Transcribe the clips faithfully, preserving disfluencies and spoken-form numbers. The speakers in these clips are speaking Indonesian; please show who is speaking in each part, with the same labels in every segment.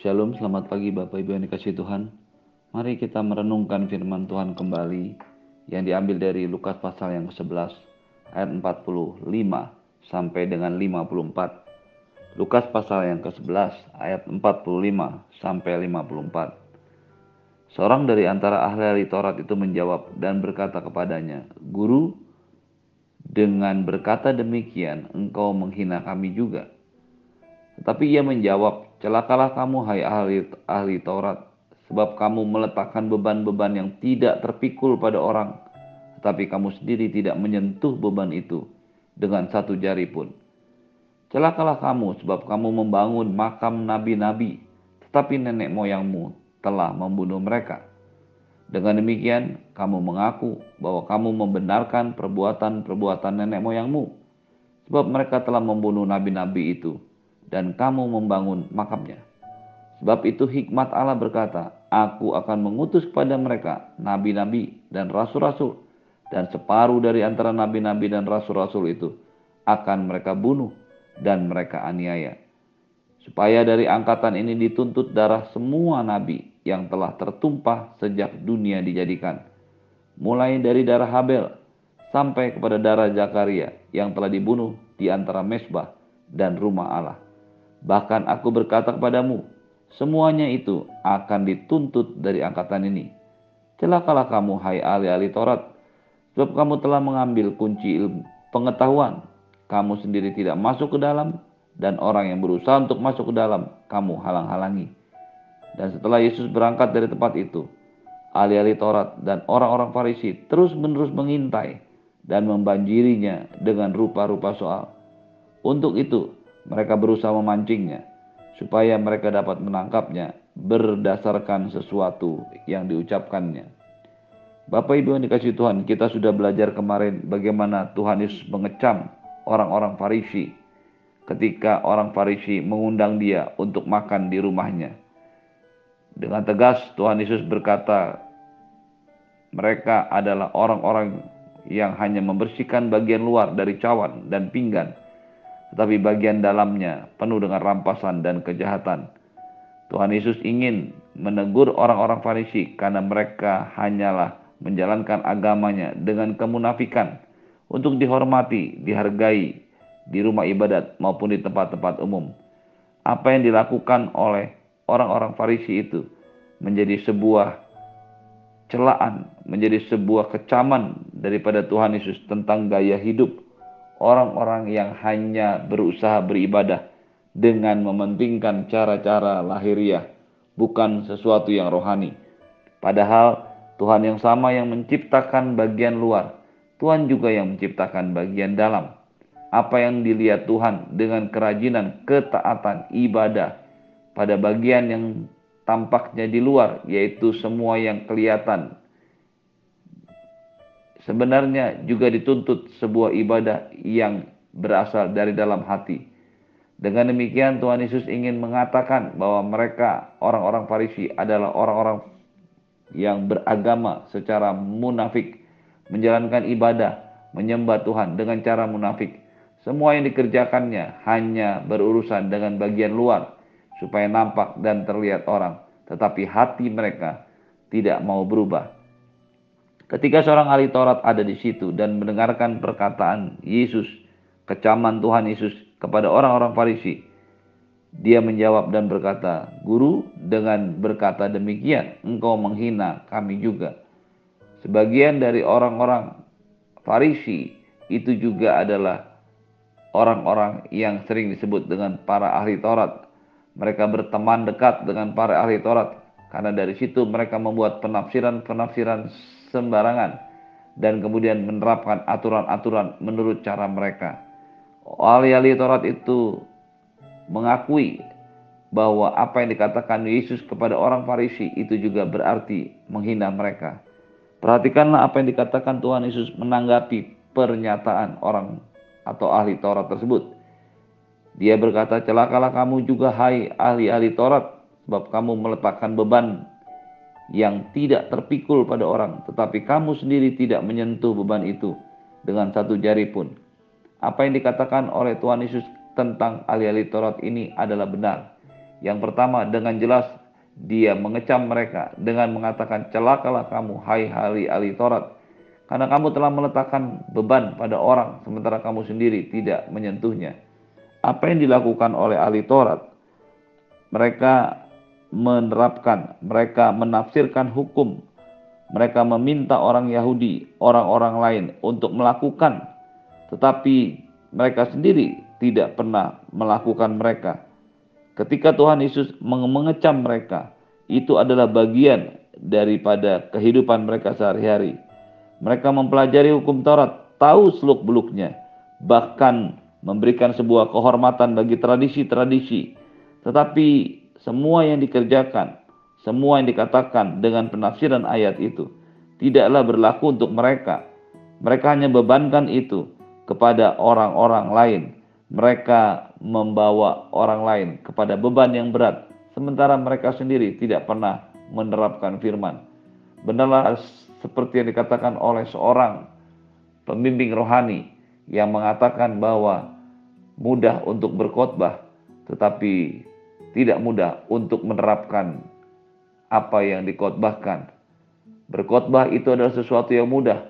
Speaker 1: Shalom, selamat pagi Bapak Ibu yang dikasihi Tuhan. Mari kita merenungkan firman Tuhan kembali yang diambil dari Lukas pasal yang kesebelas ayat empat puluh lima sampai dengan lima puluh empat. Lukas pasal yang kesebelas ayat empat puluh lima sampai lima puluh empat. Seorang dari antara ahli-ahli Taurat itu menjawab dan berkata kepadanya, "Guru, dengan berkata demikian engkau menghina kami juga." Tetapi ia menjawab, "Celakalah kamu, hai ahli, ahli Taurat, sebab kamu meletakkan beban-beban yang tidak terpikul pada orang, tetapi kamu sendiri tidak menyentuh beban itu dengan satu jari pun. Celakalah kamu, sebab kamu membangun makam nabi-nabi, tetapi nenek moyangmu telah membunuh mereka. Dengan demikian, kamu mengaku bahwa kamu membenarkan perbuatan-perbuatan nenek moyangmu, sebab mereka telah membunuh nabi-nabi itu, dan kamu membangun makamnya. Sebab itu hikmat Allah berkata, Aku akan mengutus kepada mereka nabi-nabi dan rasul-rasul, dan separuh dari antara nabi-nabi dan rasul-rasul itu akan mereka bunuh dan mereka aniaya. Supaya dari angkatan ini dituntut darah semua nabi yang telah tertumpah sejak dunia dijadikan, mulai dari darah Habel sampai kepada darah Zakaria yang telah dibunuh di antara mezbah dan rumah Allah. Bahkan aku berkata kepadamu, semuanya itu akan dituntut dari angkatan ini. Celakalah kamu, hai ahli-ahli Taurat, sebab kamu telah mengambil kunci ilmu pengetahuan. Kamu sendiri tidak masuk ke dalam, dan orang yang berusaha untuk masuk ke dalam, kamu halang-halangi. Dan setelah Yesus berangkat dari tempat itu, ahli-ahli Taurat dan orang-orang Farisi terus-menerus mengintai dan membanjirinya dengan rupa-rupa soal. Untuk itu, mereka berusaha memancingnya, supaya mereka dapat menangkapnya berdasarkan sesuatu yang diucapkannya. Bapak Ibu yang dikasihi Tuhan, kita sudah belajar kemarin bagaimana Tuhan Yesus mengecam orang-orang Farisi ketika orang Farisi mengundang dia untuk makan di rumahnya. Dengan tegas Tuhan Yesus berkata, mereka adalah orang-orang yang hanya membersihkan bagian luar dari cawan dan pinggan, tetapi bagian dalamnya penuh dengan rampasan dan kejahatan. Tuhan Yesus ingin menegur orang-orang Farisi karena mereka hanyalah menjalankan agamanya dengan kemunafikan untuk dihormati, dihargai di rumah ibadat maupun di tempat-tempat umum. Apa yang dilakukan oleh orang-orang Farisi itu menjadi sebuah celaan, menjadi sebuah kecaman daripada Tuhan Yesus tentang gaya hidup orang-orang yang hanya berusaha beribadah dengan mementingkan cara-cara lahiriah, bukan sesuatu yang rohani. Padahal Tuhan yang sama yang menciptakan bagian luar, Tuhan juga yang menciptakan bagian dalam. Apa yang dilihat Tuhan dengan kerajinan, ketaatan, ibadah pada bagian yang tampaknya di luar, yaitu semua yang kelihatan, sebenarnya juga dituntut sebuah ibadah yang berasal dari dalam hati. Dengan demikian Tuhan Yesus ingin mengatakan bahwa mereka orang-orang Farisi adalah orang-orang yang beragama secara munafik, menjalankan ibadah, menyembah Tuhan dengan cara munafik. Semua yang dikerjakannya hanya berurusan dengan bagian luar supaya nampak dan terlihat orang, tetapi hati mereka tidak mau berubah. Ketika seorang ahli Taurat ada di situ dan mendengarkan perkataan Yesus, kecaman Tuhan Yesus kepada orang-orang Farisi, dia menjawab dan berkata, "Guru, dengan berkata demikian engkau menghina kami juga." Sebagian dari orang-orang Farisi itu juga adalah orang-orang yang sering disebut dengan para ahli Taurat. Mereka berteman dekat dengan para ahli Taurat karena dari situ mereka membuat penafsiran-penafsiran sembarangan dan kemudian menerapkan aturan-aturan menurut cara mereka. Ahli-ahli Taurat itu mengakui bahwa apa yang dikatakan Yesus kepada orang Farisi itu juga berarti menghina mereka. Perhatikanlah apa yang dikatakan Tuhan Yesus menanggapi pernyataan orang atau ahli Taurat tersebut. Dia berkata, "Celakalah kamu juga, hai ahli-ahli Taurat, sebab kamu meletakkan beban yang tidak terpikul pada orang, tetapi kamu sendiri tidak menyentuh beban itu dengan satu jari pun." Apa yang dikatakan oleh Tuhan Yesus tentang ahli-ahli Taurat ini adalah benar. Yang pertama, dengan jelas dia mengecam mereka dengan mengatakan, celakalah kamu, hai ahli-ahli Taurat, karena kamu telah meletakkan beban pada orang, sementara kamu sendiri tidak menyentuhnya. Apa yang dilakukan oleh ahli Taurat? Mereka menerapkan, mereka menafsirkan hukum, mereka meminta orang Yahudi, orang-orang lain untuk melakukan, tetapi mereka sendiri tidak pernah melakukan mereka. Ketika Tuhan Yesus mengecam mereka, itu adalah bagian daripada kehidupan mereka sehari-hari. Mereka mempelajari hukum Taurat, tahu seluk-beluknya, bahkan memberikan sebuah kehormatan bagi tradisi-tradisi. Tetapi semua yang dikerjakan, semua yang dikatakan dengan penafsiran ayat itu, tidaklah berlaku untuk mereka. Mereka hanya bebankan itu kepada orang-orang lain. Mereka membawa orang lain kepada beban yang berat, sementara mereka sendiri tidak pernah menerapkan firman. Benarlah seperti yang dikatakan oleh seorang pembimbing rohani yang mengatakan bahwa mudah untuk berkhotbah, tetapi tidak mudah untuk menerapkan apa yang dikhotbahkan. Berkhotbah itu adalah sesuatu yang mudah,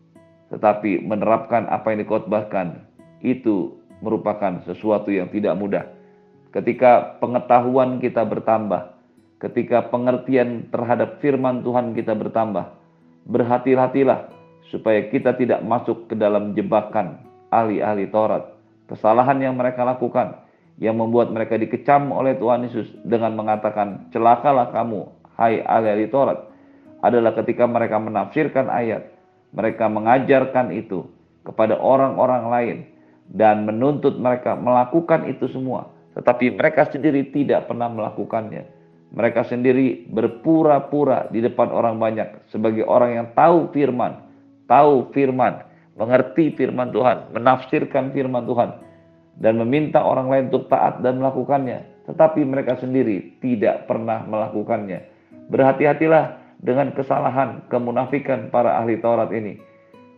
Speaker 1: tetapi menerapkan apa yang dikhotbahkan itu merupakan sesuatu yang tidak mudah. Ketika pengetahuan kita bertambah, ketika pengertian terhadap firman Tuhan kita bertambah, berhati-hatilah supaya kita tidak masuk ke dalam jebakan ahli-ahli Taurat. Kesalahan yang mereka lakukan, yang membuat mereka dikecam oleh Tuhan Yesus dengan mengatakan, celakalah kamu, hai ahli-ahli Taurat, adalah ketika mereka menafsirkan ayat, mereka mengajarkan itu kepada orang-orang lain dan menuntut mereka melakukan itu semua, tetapi mereka sendiri tidak pernah melakukannya. Mereka sendiri berpura-pura di depan orang banyak sebagai orang yang tahu firman, tahu firman, mengerti firman Tuhan, menafsirkan firman Tuhan, dan meminta orang lain untuk taat dan melakukannya, tetapi mereka sendiri tidak pernah melakukannya. Berhati-hatilah dengan kesalahan kemunafikan para ahli Taurat ini.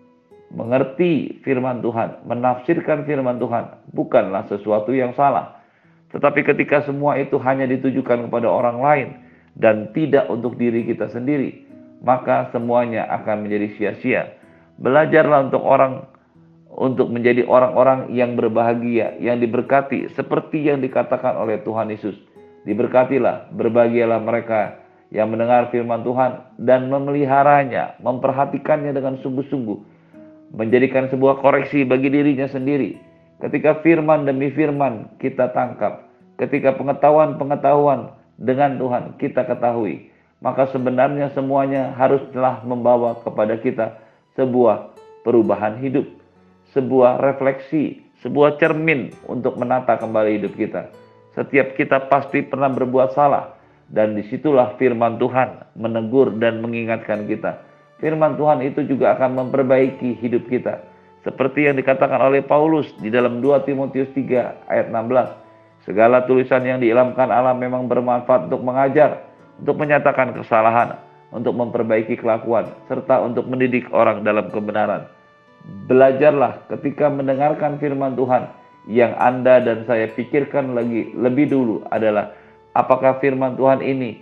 Speaker 1: Mengerti firman Tuhan, menafsirkan firman Tuhan bukanlah sesuatu yang salah. Tetapi ketika semua itu hanya ditujukan kepada orang lain dan tidak untuk diri kita sendiri, maka semuanya akan menjadi sia-sia. Belajarlah untuk orang untuk menjadi orang-orang yang berbahagia, yang diberkati, seperti yang dikatakan oleh Tuhan Yesus. Diberkatilah, berbahagialah mereka yang mendengar firman Tuhan dan memeliharanya, memperhatikannya dengan sungguh-sungguh, menjadikan sebuah koreksi bagi dirinya sendiri. Ketika firman demi firman kita tangkap, ketika pengetahuan-pengetahuan dengan Tuhan kita ketahui, maka sebenarnya semuanya haruslah membawa kepada kita sebuah perubahan hidup, sebuah refleksi, sebuah cermin untuk menata kembali hidup kita. Setiap kita pasti pernah berbuat salah, dan disitulah firman Tuhan menegur dan mengingatkan kita. Firman Tuhan itu juga akan memperbaiki hidup kita. Seperti yang dikatakan oleh Paulus di dalam dua Timotius tiga ayat enam belas. Segala tulisan yang diilhamkan Allah memang bermanfaat untuk mengajar, untuk menyatakan kesalahan, untuk memperbaiki kelakuan, serta untuk mendidik orang dalam kebenaran. Belajarlah ketika mendengarkan firman Tuhan. Yang Anda dan saya pikirkan lagi lebih dulu adalah, apakah firman Tuhan ini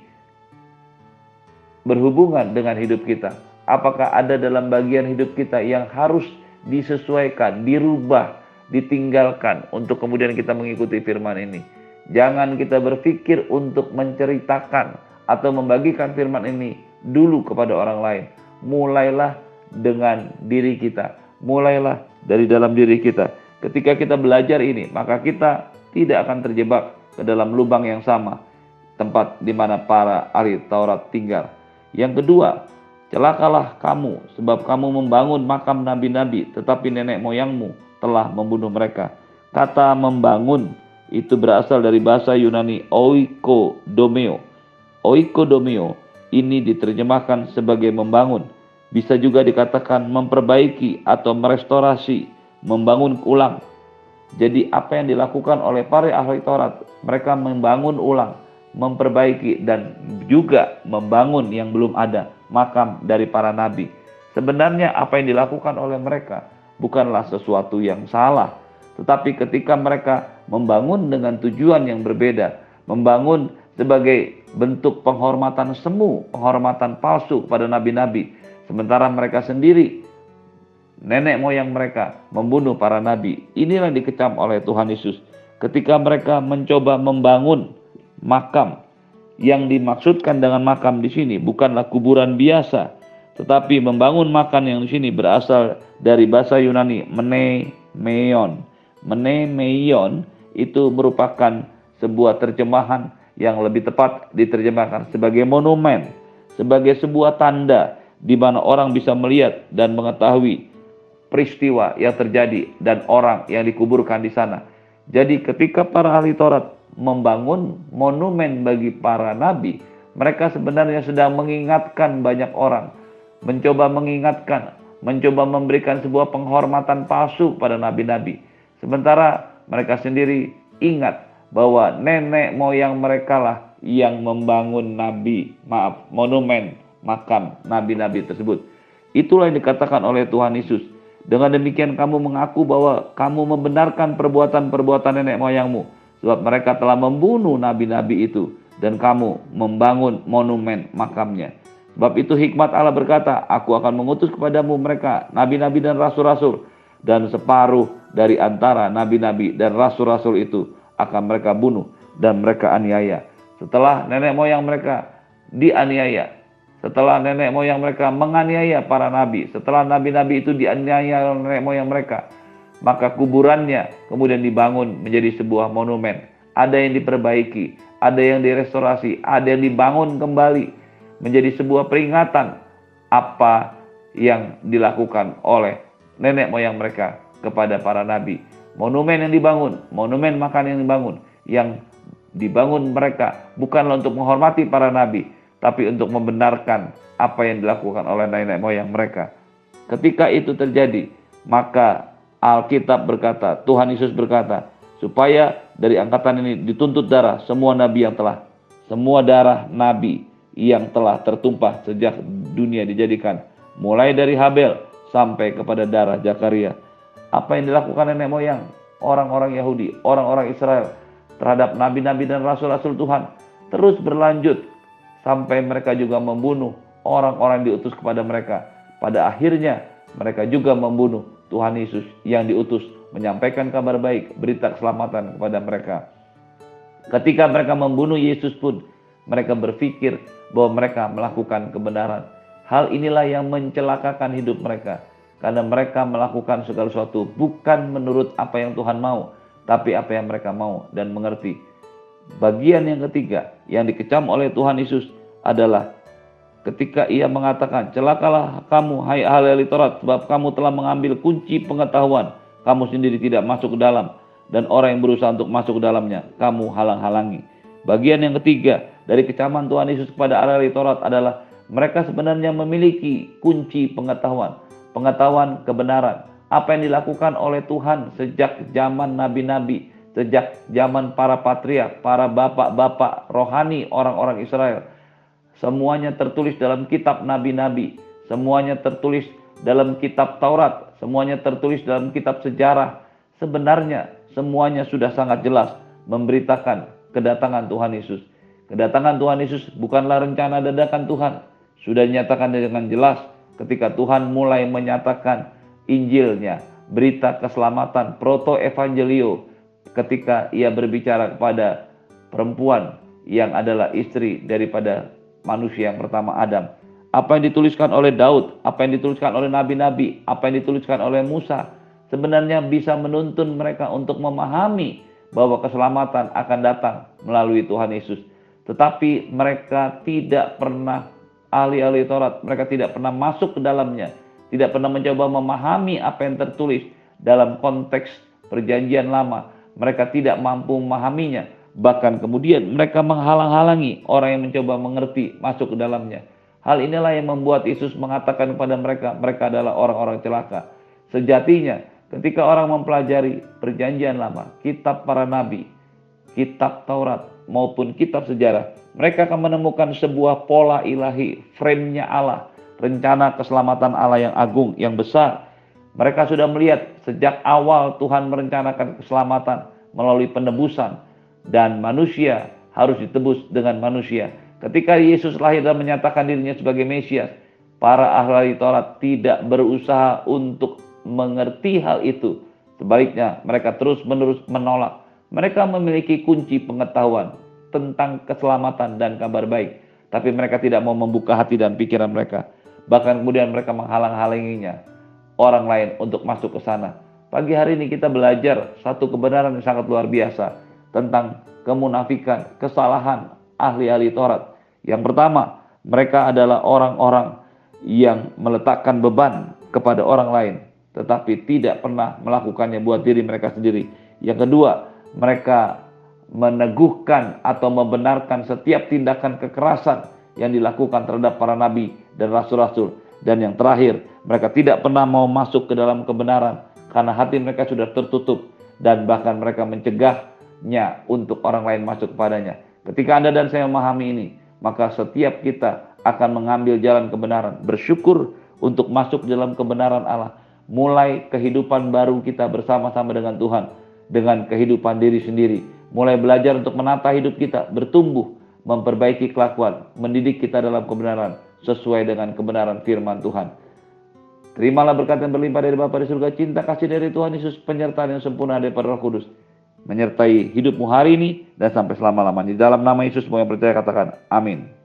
Speaker 1: berhubungan dengan hidup kita? Apakah ada dalam bagian hidup kita yang harus disesuaikan, dirubah, ditinggalkan untuk kemudian kita mengikuti firman ini? Jangan kita berpikir untuk menceritakan atau membagikan firman ini dulu kepada orang lain. Mulailah dengan diri kita. Mulailah dari dalam diri kita. Ketika kita belajar ini, maka kita tidak akan terjebak ke dalam lubang yang sama, tempat di mana para ahli Taurat tinggal. Yang kedua, celakalah kamu, sebab kamu membangun makam nabi-nabi, tetapi nenek moyangmu telah membunuh mereka. Kata membangun itu berasal dari bahasa Yunani oikodomeo. Oikodomeo ini diterjemahkan sebagai membangun. Bisa juga dikatakan memperbaiki atau merestorasi, membangun ulang. Jadi apa yang dilakukan oleh para ahli Taurat, mereka membangun ulang, memperbaiki, dan juga membangun yang belum ada, makam dari para nabi. Sebenarnya apa yang dilakukan oleh mereka bukanlah sesuatu yang salah, tetapi ketika mereka membangun dengan tujuan yang berbeda, membangun sebagai bentuk penghormatan semu, penghormatan palsu kepada nabi-nabi. Sementara mereka sendiri, nenek moyang mereka, membunuh para nabi. Inilah yang dikecam oleh Tuhan Yesus ketika mereka mencoba membangun makam. Yang dimaksudkan dengan makam di sini bukanlah kuburan biasa, tetapi membangun makam yang di sini berasal dari bahasa Yunani mnemeion. Mnemeion itu merupakan sebuah terjemahan yang lebih tepat diterjemahkan sebagai monumen, sebagai sebuah tanda di mana orang bisa melihat dan mengetahui peristiwa yang terjadi dan orang yang dikuburkan di sana. Jadi ketika para ahli Taurat membangun monumen bagi para nabi, mereka sebenarnya sedang mengingatkan banyak orang, mencoba mengingatkan, mencoba memberikan sebuah penghormatan palsu pada nabi-nabi. Sementara mereka sendiri ingat bahwa nenek moyang mereka lah yang membangun nabi, maaf, monumen makam nabi-nabi tersebut. Itulah yang dikatakan oleh Tuhan Yesus. Dengan demikian kamu mengaku bahwa kamu membenarkan perbuatan-perbuatan nenek moyangmu, sebab mereka telah membunuh nabi-nabi itu, dan kamu membangun monumen makamnya. Sebab itu hikmat Allah berkata, aku akan mengutus kepadamu mereka, nabi-nabi dan rasul-rasul, dan separuh dari antara nabi-nabi dan rasul-rasul itu akan mereka bunuh dan mereka aniaya. Setelah nenek moyang mereka dianiaya, setelah nenek moyang mereka menganiaya para nabi, setelah nabi-nabi itu dianiaya oleh nenek moyang mereka, maka kuburannya kemudian dibangun menjadi sebuah monumen. Ada yang diperbaiki, ada yang direstorasi, ada yang dibangun kembali menjadi sebuah peringatan apa yang dilakukan oleh nenek moyang mereka kepada para nabi. Monumen yang dibangun, monumen makan yang dibangun, yang dibangun mereka bukanlah untuk menghormati para nabi, tapi untuk membenarkan apa yang dilakukan oleh nenek moyang mereka. Ketika itu terjadi, maka Alkitab berkata, Tuhan Yesus berkata, supaya dari angkatan ini dituntut darah semua nabi yang telah, semua darah nabi yang telah tertumpah sejak dunia dijadikan, mulai dari Habel sampai kepada darah Zakaria. Apa yang dilakukan nenek moyang orang-orang Yahudi, orang-orang Israel terhadap nabi-nabi dan rasul-rasul Tuhan terus berlanjut sampai mereka juga membunuh orang-orang yang diutus kepada mereka. Pada akhirnya mereka juga membunuh Tuhan Yesus yang diutus menyampaikan kabar baik, berita keselamatan kepada mereka. Ketika mereka membunuh Yesus pun, mereka berpikir bahwa mereka melakukan kebenaran. Hal inilah yang mencelakakan hidup mereka, karena mereka melakukan segala sesuatu bukan menurut apa yang Tuhan mau, tapi apa yang mereka mau dan mengerti. Bagian yang ketiga yang dikecam oleh Tuhan Yesus adalah ketika ia mengatakan, celakalah kamu hai ahli Taurat, sebab kamu telah mengambil kunci pengetahuan, kamu sendiri tidak masuk ke dalam, dan orang yang berusaha untuk masuk ke dalamnya kamu halang-halangi. Bagian yang ketiga dari kecaman Tuhan Yesus kepada ahli Taurat adalah mereka sebenarnya memiliki kunci pengetahuan, pengetahuan kebenaran, apa yang dilakukan oleh Tuhan sejak zaman nabi-nabi, sejak zaman para patriark, para bapak-bapak rohani orang-orang Israel. Semuanya tertulis dalam kitab nabi-nabi, semuanya tertulis dalam kitab Taurat, semuanya tertulis dalam kitab sejarah. Sebenarnya semuanya sudah sangat jelas memberitakan kedatangan Tuhan Yesus. Kedatangan Tuhan Yesus bukanlah rencana dadakan Tuhan. Sudah dinyatakan dengan jelas ketika Tuhan mulai menyatakan Injilnya, berita keselamatan, proto-evangelio, ketika ia berbicara kepada perempuan yang adalah istri daripada manusia yang pertama Adam. Apa yang dituliskan oleh Daud, apa yang dituliskan oleh nabi-nabi, apa yang dituliskan oleh Musa, sebenarnya bisa menuntun mereka untuk memahami bahwa keselamatan akan datang melalui Tuhan Yesus. Tetapi mereka tidak pernah, ahli-ahli Taurat, mereka tidak pernah masuk ke dalamnya, tidak pernah mencoba memahami apa yang tertulis dalam konteks perjanjian lama. Mereka tidak mampu memahaminya. Bahkan kemudian mereka menghalang-halangi orang yang mencoba mengerti masuk ke dalamnya. Hal inilah yang membuat Yesus mengatakan kepada mereka, mereka adalah orang-orang celaka. Sejatinya ketika orang mempelajari perjanjian lama, kitab para nabi, kitab Taurat maupun kitab sejarah, mereka akan menemukan sebuah pola ilahi, frame-nya Allah, rencana keselamatan Allah yang agung, yang besar. Mereka sudah melihat sejak awal Tuhan merencanakan keselamatan melalui penebusan, dan manusia harus ditebus dengan manusia. Ketika Yesus lahir dan menyatakan dirinya sebagai Mesias, para ahli Taurat tidak berusaha untuk mengerti hal itu. Sebaliknya, mereka terus-menerus menolak. Mereka memiliki kunci pengetahuan tentang keselamatan dan kabar baik, tapi mereka tidak mau membuka hati dan pikiran mereka. Bahkan kemudian mereka menghalang-halanginya orang lain untuk masuk ke sana. Pagi hari ini kita belajar satu kebenaran yang sangat luar biasa tentang kemunafikan, kesalahan ahli-ahli Taurat. Yang pertama, mereka adalah orang-orang yang meletakkan beban kepada orang lain, tetapi tidak pernah melakukannya buat diri mereka sendiri. Yang kedua, mereka meneguhkan atau membenarkan setiap tindakan kekerasan yang dilakukan terhadap para nabi dan rasul-rasul. Dan yang terakhir, mereka tidak pernah mau masuk ke dalam kebenaran karena hati mereka sudah tertutup dan bahkan mereka mencegahnya untuk orang lain masuk kepadanya. Ketika Anda dan saya memahami ini, maka setiap kita akan mengambil jalan kebenaran, bersyukur untuk masuk dalam kebenaran Allah, mulai kehidupan baru kita bersama-sama dengan Tuhan, dengan kehidupan diri sendiri, mulai belajar untuk menata hidup kita, bertumbuh, memperbaiki kelakuan, mendidik kita dalam kebenaran sesuai dengan kebenaran firman Tuhan. Terimalah berkat yang berlimpah dari Bapa di surga, cinta kasih dari Tuhan Yesus, penyertaan yang sempurna daripada Roh Kudus, menyertai hidupmu hari ini dan sampai selama-lamanya. Di dalam nama Yesus semua yang percaya katakan amin.